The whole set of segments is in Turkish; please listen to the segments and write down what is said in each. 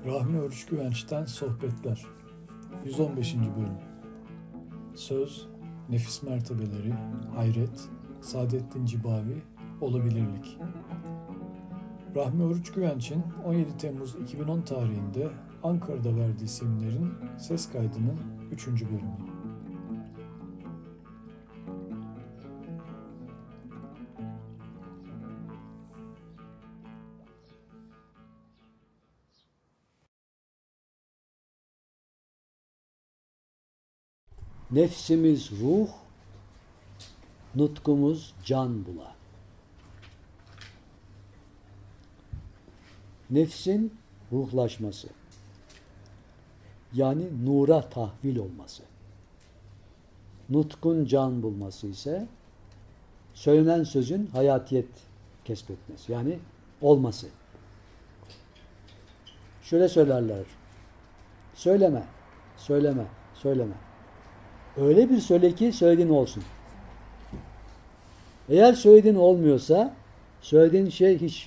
Rahmi Oruç Güvenç'ten Sohbetler 115. Bölüm. Söz, nefis mertebeleri, hayret, Saadettin Cibavi, olabilirlik. Rahmi Oruç Güvenç'in 17 Temmuz 2010 tarihinde Ankara'da verdiği seminerin ses kaydının 3. bölümü. Nefsimiz ruh, nutkumuz can bula. Nefsin ruhlaşması, yani nura tahvil olması. Nutkun can bulması ise söylenen sözün hayatiyet kesbetmesi, yani olması. Şöyle söylerler: söyleme, söyleme, söyleme. Öyle bir söyle ki söylediğin olsun. Eğer söylediğin olmuyorsa söylediğin şey hiç.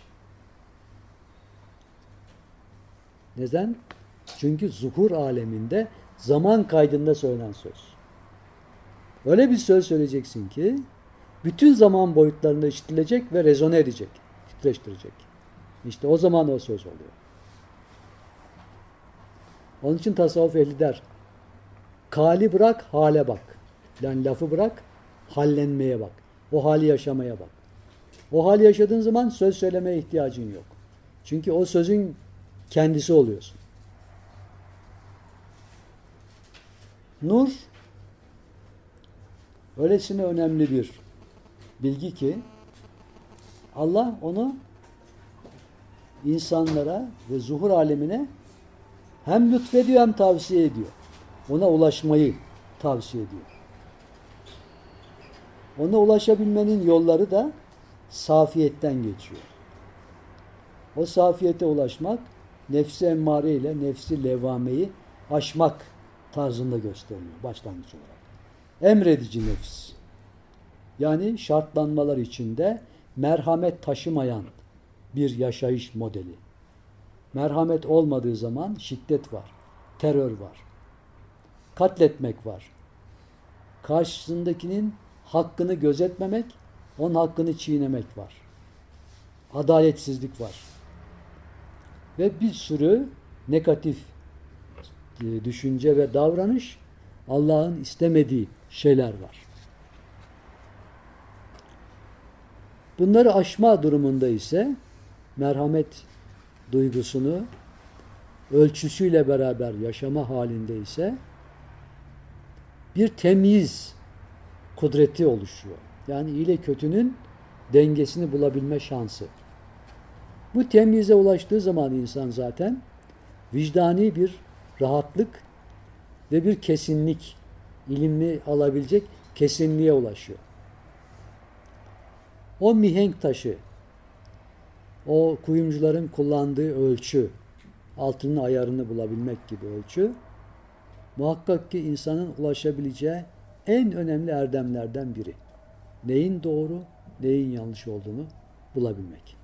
Neden? Çünkü zuhur aleminde zaman kaydında söylenen söz. Öyle bir söz söyleyeceksin ki bütün zaman boyutlarında işitilecek ve rezone edecek, titreştirecek. İşte o zaman o söz oluyor. Onun için tasavvuf ehli der: kali bırak, hale bak. Yani lafı bırak, hallenmeye bak. O hali yaşamaya bak. O hali yaşadığın zaman söz söylemeye ihtiyacın yok. Çünkü o sözün kendisi oluyorsun. Nur, öylesine önemli bir bilgi ki Allah onu insanlara ve zuhur alemine hem lütfediyor hem tavsiye ediyor. Ona ulaşmayı tavsiye ediyor. Ona ulaşabilmenin yolları da safiyetten geçiyor. O safiyete ulaşmak, nefsi emmare ile nefsi levvameyi aşmak tarzında gösteriliyor başlangıç olarak. Emredici nefis. Yani şartlanmalar içinde merhamet taşımayan bir yaşayış modeli. Merhamet olmadığı zaman şiddet var, terör var, katletmek var. Karşısındakinin hakkını gözetmemek, onun hakkını çiğnemek var. Adaletsizlik var. Ve bir sürü negatif düşünce ve davranış, Allah'ın istemediği şeyler var. Bunları aşma durumunda ise merhamet duygusunu ölçüsüyle beraber yaşama halinde ise bir temyiz kudreti oluşuyor. Yani iyi ile kötünün dengesini bulabilme şansı. Bu temyize ulaştığı zaman insan zaten vicdani bir rahatlık ve bir kesinlik, ilimli alabilecek kesinliğe ulaşıyor. O mihenk taşı, o kuyumcuların kullandığı ölçü, altının ayarını bulabilmek gibi ölçü, muhakkak ki insanın ulaşabileceği en önemli erdemlerden biri. Neyin doğru, neyin yanlış olduğunu bulabilmek.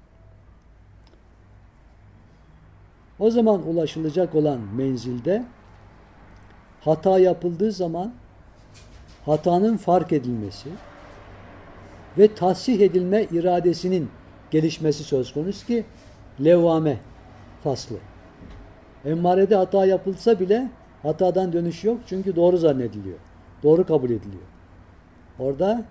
O zaman ulaşılacak olan menzilde hata yapıldığı zaman hatanın fark edilmesi ve tahsih edilme iradesinin gelişmesi söz konusu ki levvame faslı. Emmarede hata yapılsa bile hatadan dönüş yok çünkü doğru zannediliyor. Doğru kabul ediliyor. Orada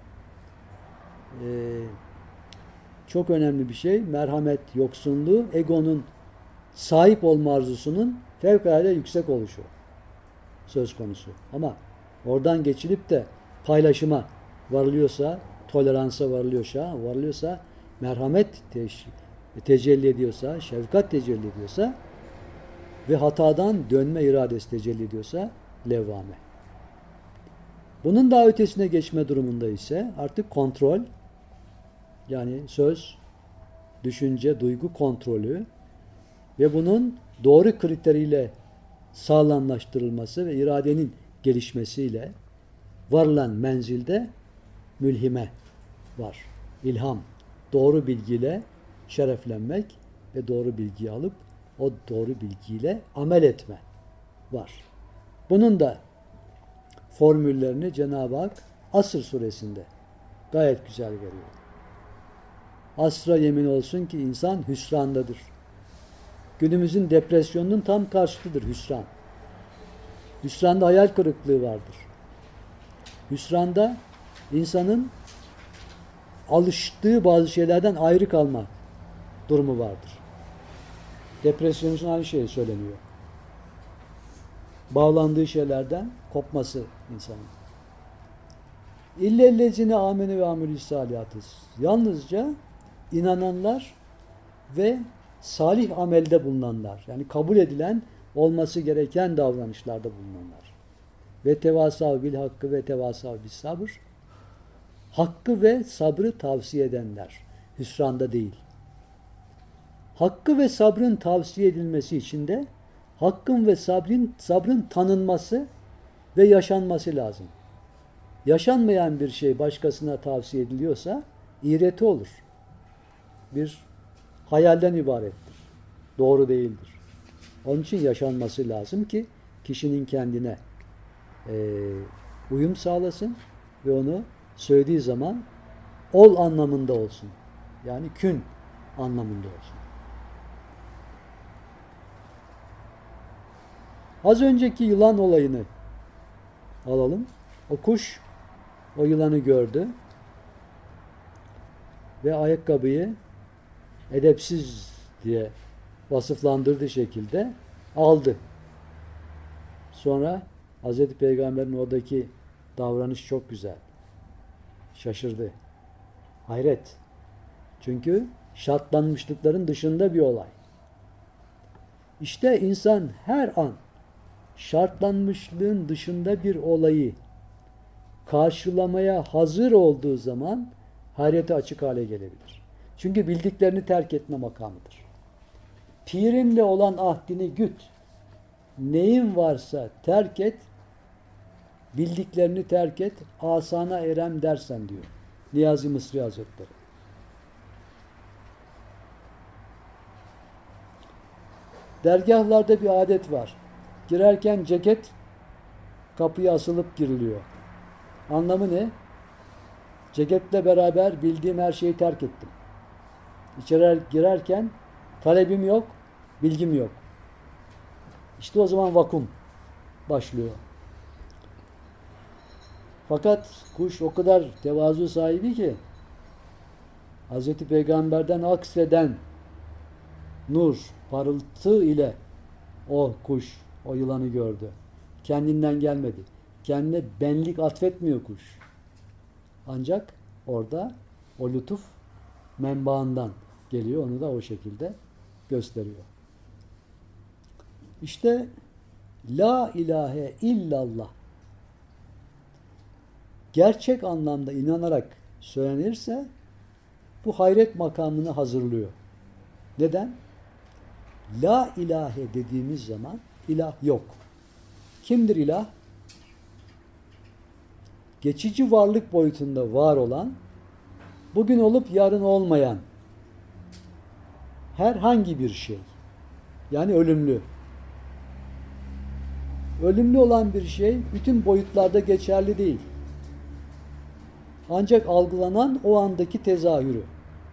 çok önemli bir şey, merhamet yoksunluğu, egonun sahip olma arzusunun fevkalade yüksek oluşu söz konusu. Ama oradan geçilip de paylaşıma varılıyorsa, toleransa varılıyorsa, merhamet tecelli ediyorsa, şefkat tecelli ediyorsa ve hatadan dönme iradesi tecelli ediyorsa levvame. Bunun daha ötesine geçme durumunda ise artık kontrol, yani söz, düşünce, duygu kontrolü ve bunun doğru kriteriyle sağlamlaştırılması ve iradenin gelişmesiyle varılan menzilde mülhime var. İlham, doğru bilgiyle şereflenmek ve doğru bilgiyi alıp o doğru bilgiyle amel etme var. Bunun da formüllerini Cenab-ı Hak Asr suresinde gayet güzel veriyor. Asra yemin olsun ki insan hüsrandadır. Günümüzün depresyonunun tam karşıtıdır hüsran. Hüsranda hayal kırıklığı vardır. Hüsranda insanın alıştığı bazı şeylerden ayrı kalma durumu vardır. Depresyon için aynı şey söyleniyor. Bağlandığı şeylerden kopması insanın. İllellezine amene ve amelü's salihatiz. Yalnızca inananlar ve salih amelde bulunanlar, yani kabul edilen, olması gereken davranışlarda bulunanlar. Ve tevasav bil hakkı ve tevasav bis sabr. Hakkı ve sabrı tavsiye edenler. Hüsranda değil. Hakkı ve sabrın tavsiye edilmesi için de hakkın ve sabrın tanınması ve yaşanması lazım. Yaşanmayan bir şey başkasına tavsiye ediliyorsa iğreti olur. Bir hayalden ibarettir. Doğru değildir. Onun için yaşanması lazım ki kişinin kendine uyum sağlasın ve onu söylediği zaman ol anlamında olsun. Yani kün anlamında olsun. Az önceki yılan olayını alalım. O kuş o yılanı gördü ve ayakkabıyı edepsiz diye vasıflandırdığı şekilde aldı. Sonra Hz. Peygamber'in oradaki davranış çok güzel. Şaşırdı. Hayret. Çünkü şartlanmışlıkların dışında bir olay. İşte insan her an şartlanmışlığın dışında bir olayı karşılamaya hazır olduğu zaman hayrete açık hale gelebilir. Çünkü bildiklerini terk etme makamıdır. Pirinle olan ahdini güt. Neyin varsa terk et, bildiklerini terk et, asana erem dersen diyor Niyazi Mısri Hazretleri. Dergahlarda bir adet var. Girerken ceket kapıya asılıp giriliyor. Anlamı ne? Ceketle beraber bildiğim her şeyi terk ettim. İçeri girerken talebim yok, bilgim yok. İşte o zaman vakum başlıyor. Fakat kuş o kadar tevazu sahibi ki Hz. Peygamber'den akseden nur, parıltı ile o kuş o yılanı gördü. Kendinden gelmedi. Kendine benlik atfetmiyor kuş. Ancak orada o lütuf menbaından geliyor. Onu da o şekilde gösteriyor. İşte la ilahe illallah gerçek anlamda inanarak söylenirse bu hayret makamını hazırlıyor. Neden? La ilahe dediğimiz zaman ilah yok. Kimdir ilah? Geçici varlık boyutunda var olan, bugün olup yarın olmayan herhangi bir şey. Yani ölümlü. Ölümlü olan bir şey bütün boyutlarda geçerli değil. Ancak algılanan o andaki tezahürü.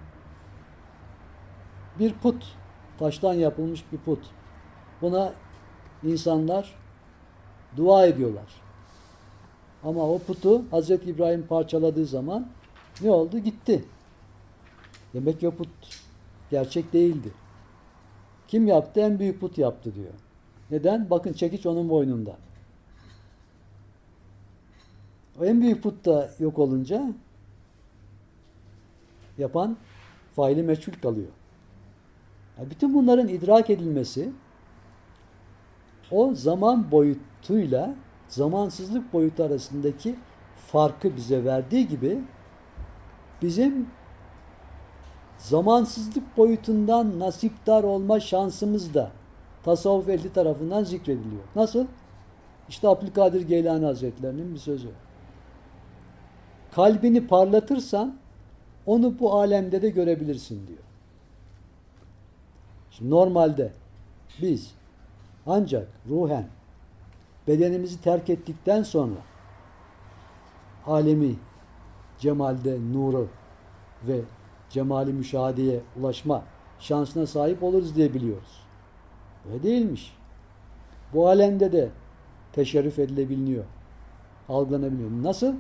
Bir put, taştan yapılmış bir put. Buna insanlar dua ediyorlar. Ama o putu Hz. İbrahim parçaladığı zaman ne oldu? Gitti. Demek ki o put gerçek değildi. Kim yaptı? En büyük put yaptı diyor. Neden? Bakın çekiç onun boynunda. O en büyük put da yok olunca yapan faili meçhul kalıyor. Yani bütün bunların idrak edilmesi o zaman boyutuyla zamansızlık boyutu arasındaki farkı bize verdiği gibi bizim zamansızlık boyutundan nasipdar olma şansımız da tasavvuf ehli tarafından zikrediliyor. Nasıl? İşte Abdülkadir Geylani Hazretlerinin bir sözü. Kalbini parlatırsan onu bu alemde de görebilirsin diyor. Şimdi normalde Biz ancak ruhen bedenimizi terk ettikten sonra alemi cemalde nuru ve cemali müşahedeye ulaşma şansına sahip oluruz diye biliyoruz. Öyle değilmiş. Bu alemde de teşerrüf edilebiliyor. Algılanabiliyor. Nasıl?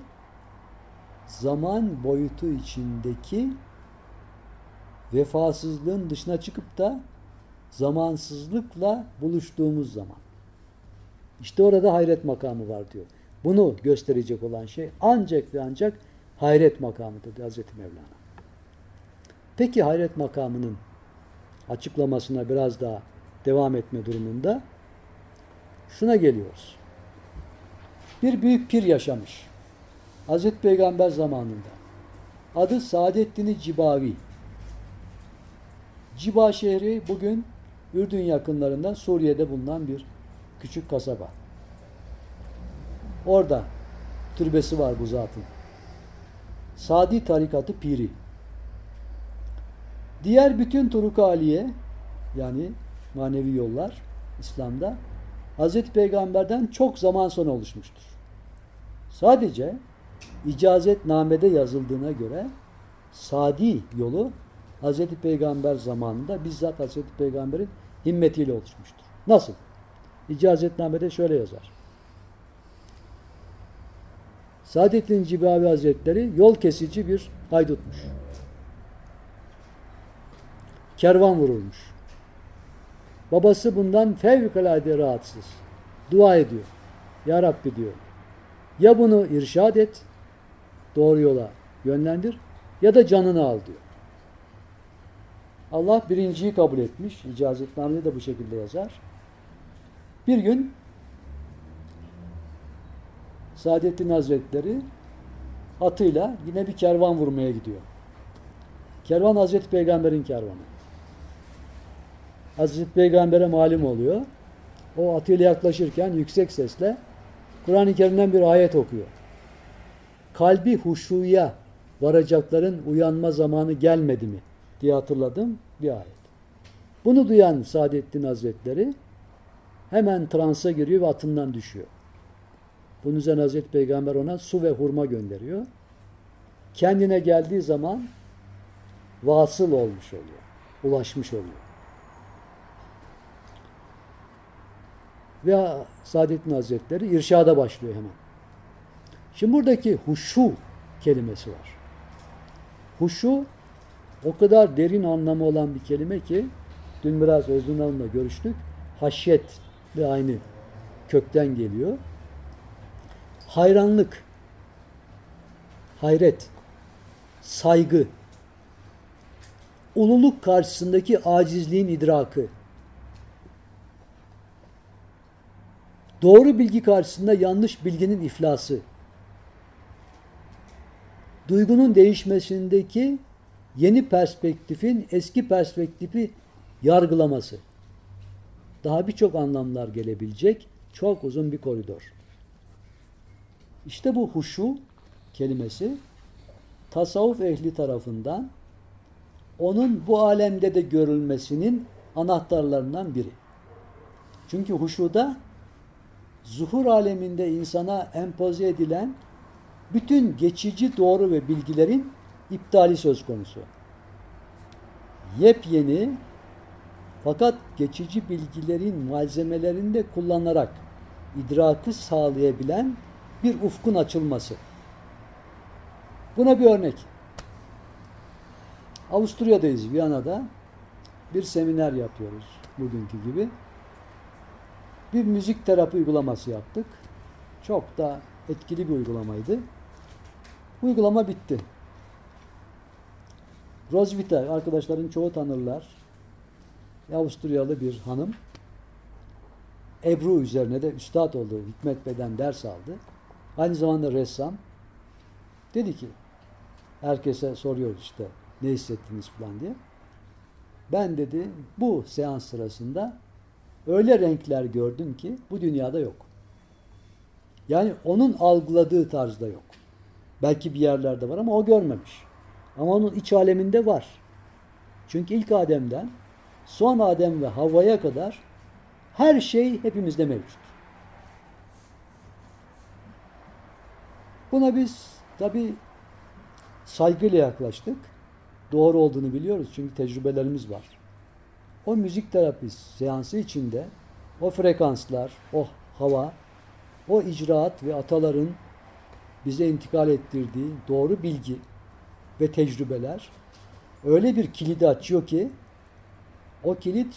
Zaman boyutu içindeki vefasızlığın dışına çıkıp da zamansızlıkla buluştuğumuz zaman. İşte orada hayret makamı var diyor. Bunu gösterecek olan şey ancak ve ancak hayret makamıdır diyor Hazreti Mevlana. Peki hayret makamının açıklamasına biraz daha devam etme durumunda şuna geliyoruz. Bir büyük pir yaşamış. Hazreti Peygamber zamanında. Adı Saadettin Cibavi. Ciba şehri bugün Ürdün yakınlarında Suriye'de bulunan bir küçük kasaba. Orada türbesi var bu zatın. Sadi tarikatı piri. Diğer bütün turuk aliye yani manevi yollar İslam'da Hazreti Peygamber'den çok zaman sonra oluşmuştur. Sadece icazetnamede yazıldığına göre Sadi yolu Hazreti Peygamber zamanında bizzat Hazreti Peygamber'in himmetiyle oluşmuştur. Nasıl? İcazetnamede şöyle yazar. Saadettin Cibavi Hazretleri yol kesici bir haydutmuş. Kervan vurulmuş. Babası bundan fevkalade rahatsız. Dua ediyor. Ya Rabbi diyor. Ya bunu irşad et, doğru yola yönlendir ya da canını al diyor. Allah birinciyi kabul etmiş. İcazetnamede de bu şekilde yazar. Bir gün Saadettin Hazretleri atıyla yine bir kervan vurmaya gidiyor. Kervan Hazreti Peygamber'in kervanı. Hazreti Peygamber'e malum oluyor. O atıyla yaklaşırken yüksek sesle Kur'an-ı Kerim'den bir ayet okuyor. Kalbi huşuya varacakların uyanma zamanı gelmedi mi diye hatırladım bir ayet. Bunu duyan Saadettin Hazretleri hemen transa giriyor ve atından düşüyor. Bunun üzerine Hazreti Peygamber ona su ve hurma gönderiyor. Kendine geldiği zaman vasıl olmuş oluyor. Ulaşmış oluyor. Ve Saadettin Hazretleri irşada başlıyor hemen. Şimdi buradaki huşu kelimesi var. Huşu o kadar derin anlamı olan bir kelime ki dün biraz Özgün Hanım'la görüştük. Haşyet de aynı kökten geliyor. Hayranlık, hayret, saygı, ululuk karşısındaki acizliğin idrakı, doğru bilgi karşısında yanlış bilginin iflası, duygunun değişmesindeki yeni perspektifin eski perspektifi yargılaması. Daha birçok anlamlar gelebilecek çok uzun bir koridor. İşte bu huşu kelimesi tasavvuf ehli tarafından onun bu alemde de görülmesinin anahtarlarından biri. Çünkü huşuda zuhur aleminde insana empoze edilen bütün geçici doğru ve bilgilerin iptali söz konusu. Yepyeni fakat geçici bilgilerin malzemelerinde kullanarak idrakı sağlayabilen bir ufkun açılması. Buna bir örnek. Avusturya'dayız, Viyana'da. Bir seminer yapıyoruz bugünkü gibi. Bir müzik terapi uygulaması yaptık. Çok da etkili bir uygulamaydı. Uygulama bitti. Roswitha, arkadaşların çoğu tanırlar. Avusturyalı bir hanım. Ebru üzerine de üstad oldu. Hikmet Bey'den ders aldı. Aynı zamanda ressam. Dedi ki, herkese soruyor işte ne hissettiniz falan diye. Ben dedi bu seans sırasında öyle renkler gördüm ki bu dünyada yok. Yani onun algıladığı tarzda yok. Belki bir yerlerde var ama o görmemiş. Ama onun iç aleminde var. Çünkü ilk Adem'den son Adem ve Havva'ya kadar Her şey hepimizde mevcut. Buna biz tabii saygıyla yaklaştık. Doğru olduğunu biliyoruz çünkü tecrübelerimiz var. O müzik terapisi seansı içinde o frekanslar, o hava, o icraat ve ataların bize intikal ettirdiği doğru bilgi ve tecrübeler öyle bir kilidi açıyor ki o kilit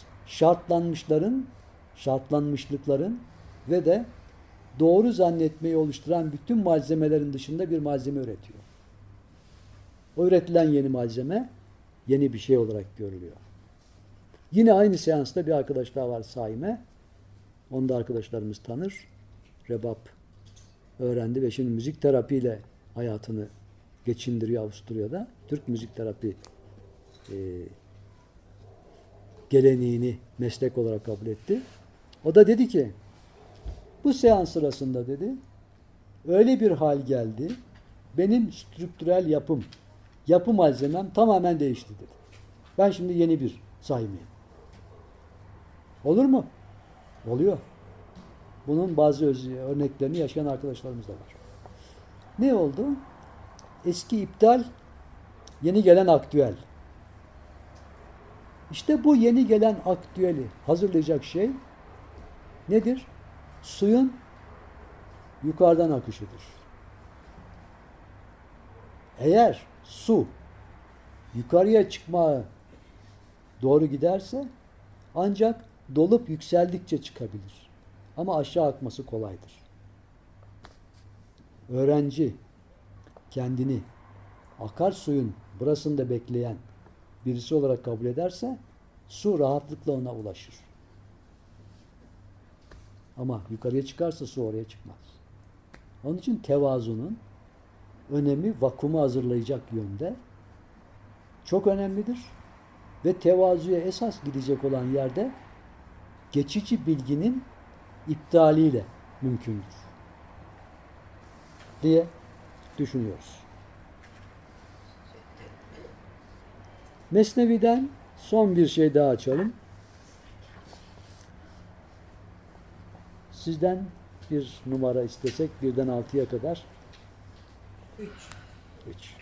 şartlanmışlıkların ve de doğru zannetmeyi oluşturan bütün malzemelerin dışında bir malzeme üretiyor. O üretilen yeni malzeme yeni bir şey olarak görülüyor. Yine aynı seansta bir arkadaş daha var, Saime. Onu da arkadaşlarımız tanır. Rebap öğrendi ve şimdi müzik terapiyle hayatını geçindiriyor Avusturya'da. Türk müzik terapi geleneğini meslek olarak kabul etti. O da dedi ki, bu seans sırasında dedi, öyle bir hal geldi, benim strüktürel yapı malzemem tamamen değişti dedi. Ben şimdi yeni bir sahibiyim. Olur mu? Oluyor. Bunun bazı örneklerini yaşayan arkadaşlarımız da var. Ne oldu? Eski iptal, yeni gelen aktüel. İşte bu yeni gelen aktüeli hazırlayacak şey nedir? Suyun yukarıdan akışıdır. Eğer su yukarıya çıkmaya doğru giderse ancak dolup yükseldikçe çıkabilir. Ama aşağı akması kolaydır. Öğrenci kendini akarsuyun burasında bekleyen birisi olarak kabul ederse su rahatlıkla ona ulaşır. Ama yukarıya çıkarsa su oraya çıkmaz. Onun için tevazunun önemi vakumu hazırlayacak yönde çok önemlidir. Ve tevazuya esas gidecek olan yerde geçici bilginin iptaliyle mümkündür diye düşünüyoruz. Mesnevi'den son bir şey daha açalım. Sizden bir numara istesek birden 6'ya kadar. 3. 3.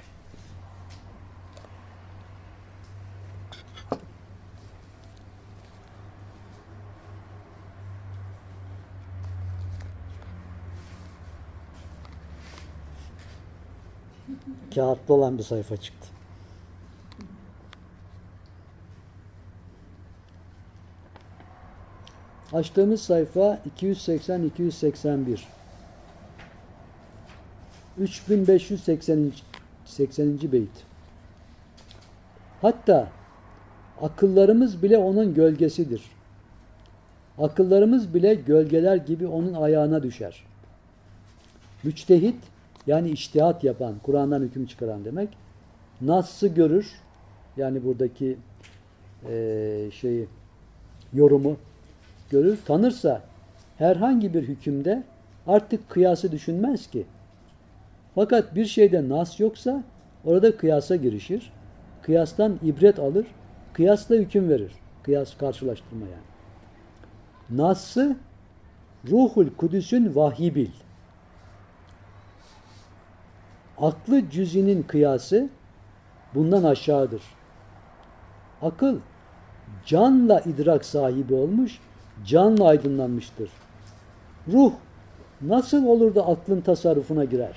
Kağıtta olan bir sayfa çıktı. Açtığımız sayfa 280-281. 3580. beyt. Hatta akıllarımız bile onun gölgesidir. Akıllarımız bile gölgeler gibi onun ayağına düşer. Müçtehit, yani içtihat yapan, Kur'an'dan hüküm çıkaran demek. Nas'ı görür, yani buradaki yorumu görür, tanırsa herhangi bir hükümde artık kıyası düşünmez ki. Fakat bir şeyde nas yoksa orada kıyasa girişir. Kıyastan ibret alır, kıyasla hüküm verir. Kıyas karşılaştırma yani. Nas'ı Ruhul Kudüs'ün vahyi bil. Aklı cüz'inin kıyası bundan aşağıdır. Akıl canla idrak sahibi olmuş, canla aydınlanmıştır. Ruh nasıl olur da aklın tasarrufuna girer?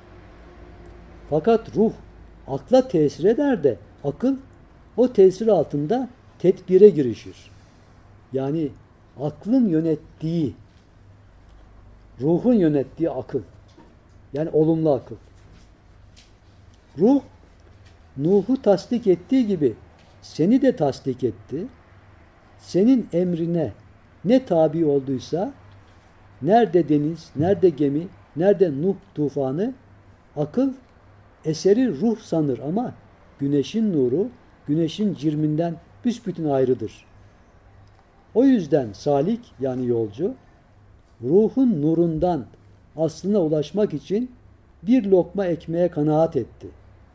Fakat ruh akla tesir eder de akıl o tesir altında tedbire girişir. Yani aklın yönettiği, ruhun yönettiği akıl. Yani olumlu akıl. Ruh, Nuh'u tasdik ettiği gibi seni de tasdik etti. Senin emrine ne tabi olduysa, nerede deniz, nerede gemi, nerede Nuh tufanı, akıl eseri ruh sanır ama güneşin nuru, güneşin cirminden büsbütün ayrıdır. O yüzden salik, yani yolcu, ruhun nurundan aslına ulaşmak için bir lokma ekmeğe kanaat etti.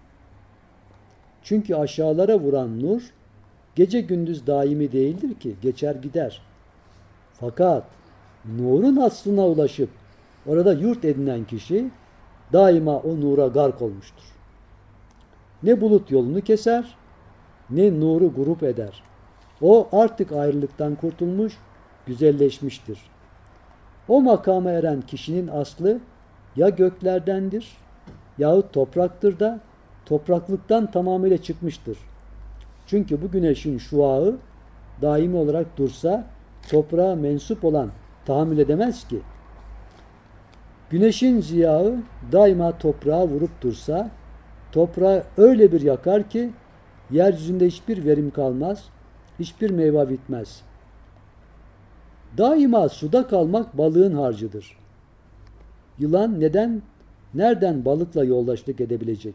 Çünkü aşağılara vuran nur, gece gündüz daimi değildir ki, geçer gider. Fakat nurun aslına ulaşıp orada yurt edinen kişi daima o nura gark olmuştur. Ne bulut yolunu keser, ne nuru grup eder. O artık ayrılıktan kurtulmuş, güzelleşmiştir. O makama eren kişinin aslı ya göklerdendir yahut topraktır da topraklıktan tamamıyla çıkmıştır. Çünkü bu güneşin şuağı daimi olarak dursa toprağa mensup olan tahammül edemez ki. Güneşin ziyağı daima toprağa vurup dursa toprağı öyle bir yakar ki yeryüzünde hiçbir verim kalmaz, hiçbir meyve bitmez. Daima suda kalmak balığın harcıdır. Yılan nereden balıkla yoldaşlık edebilecek?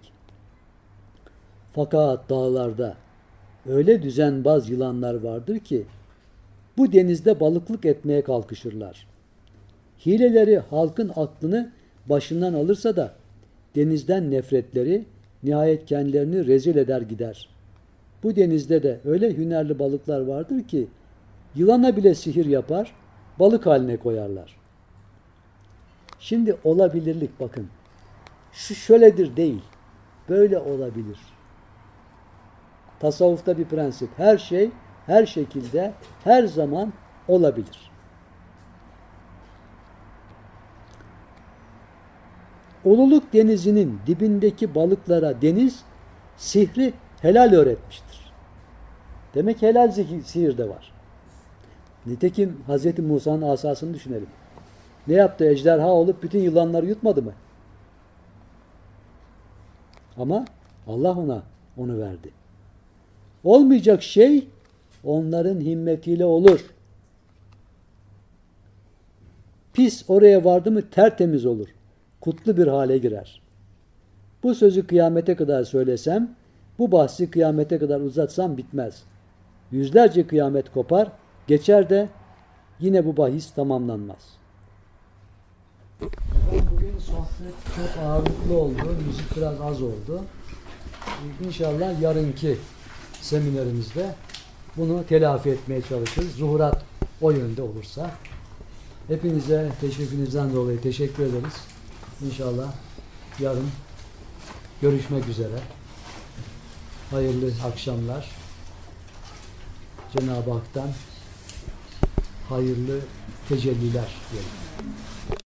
Fakat dağlarda öyle düzenbaz yılanlar vardır ki bu denizde balıklık etmeye kalkışırlar. Hileleri halkın aklını başından alırsa da denizden nefretleri nihayet kendilerini rezil eder gider. Bu denizde de öyle hünerli balıklar vardır ki yılana bile sihir yapar, balık haline koyarlar. Şimdi olabilirlik bakın. Şu şöyledir değil, böyle olabilir. Tasavvufta bir prensip. Her şey, her şekilde, her zaman olabilir. Ululuk denizinin dibindeki balıklara deniz sihri helal öğretmiştir. Demek helal sihir de var. Nitekim Hz. Musa'nın asasını düşünelim. Ne yaptı? Ejderha olup bütün yılanları yutmadı mı? Ama Allah onu verdi. Olmayacak şey onların himmetiyle olur. Pis oraya vardı mı tertemiz olur. Kutlu bir hale girer. Bu sözü kıyamete kadar söylesem, bu bahsi kıyamete kadar uzatsam bitmez. Yüzlerce kıyamet kopar, geçer de yine bu bahis tamamlanmaz. Bugün sohbet çok ağırlıklı oldu, müzik biraz az oldu. İnşallah yarınki seminerimizde bunu telafi etmeye çalışırız. Zuhurat o yönde olursa. Hepinize teşrifinizden dolayı teşekkür ederiz. İnşallah yarın görüşmek üzere. Hayırlı akşamlar. Cenab-ı Hak'tan hayırlı tecelliler diyelim.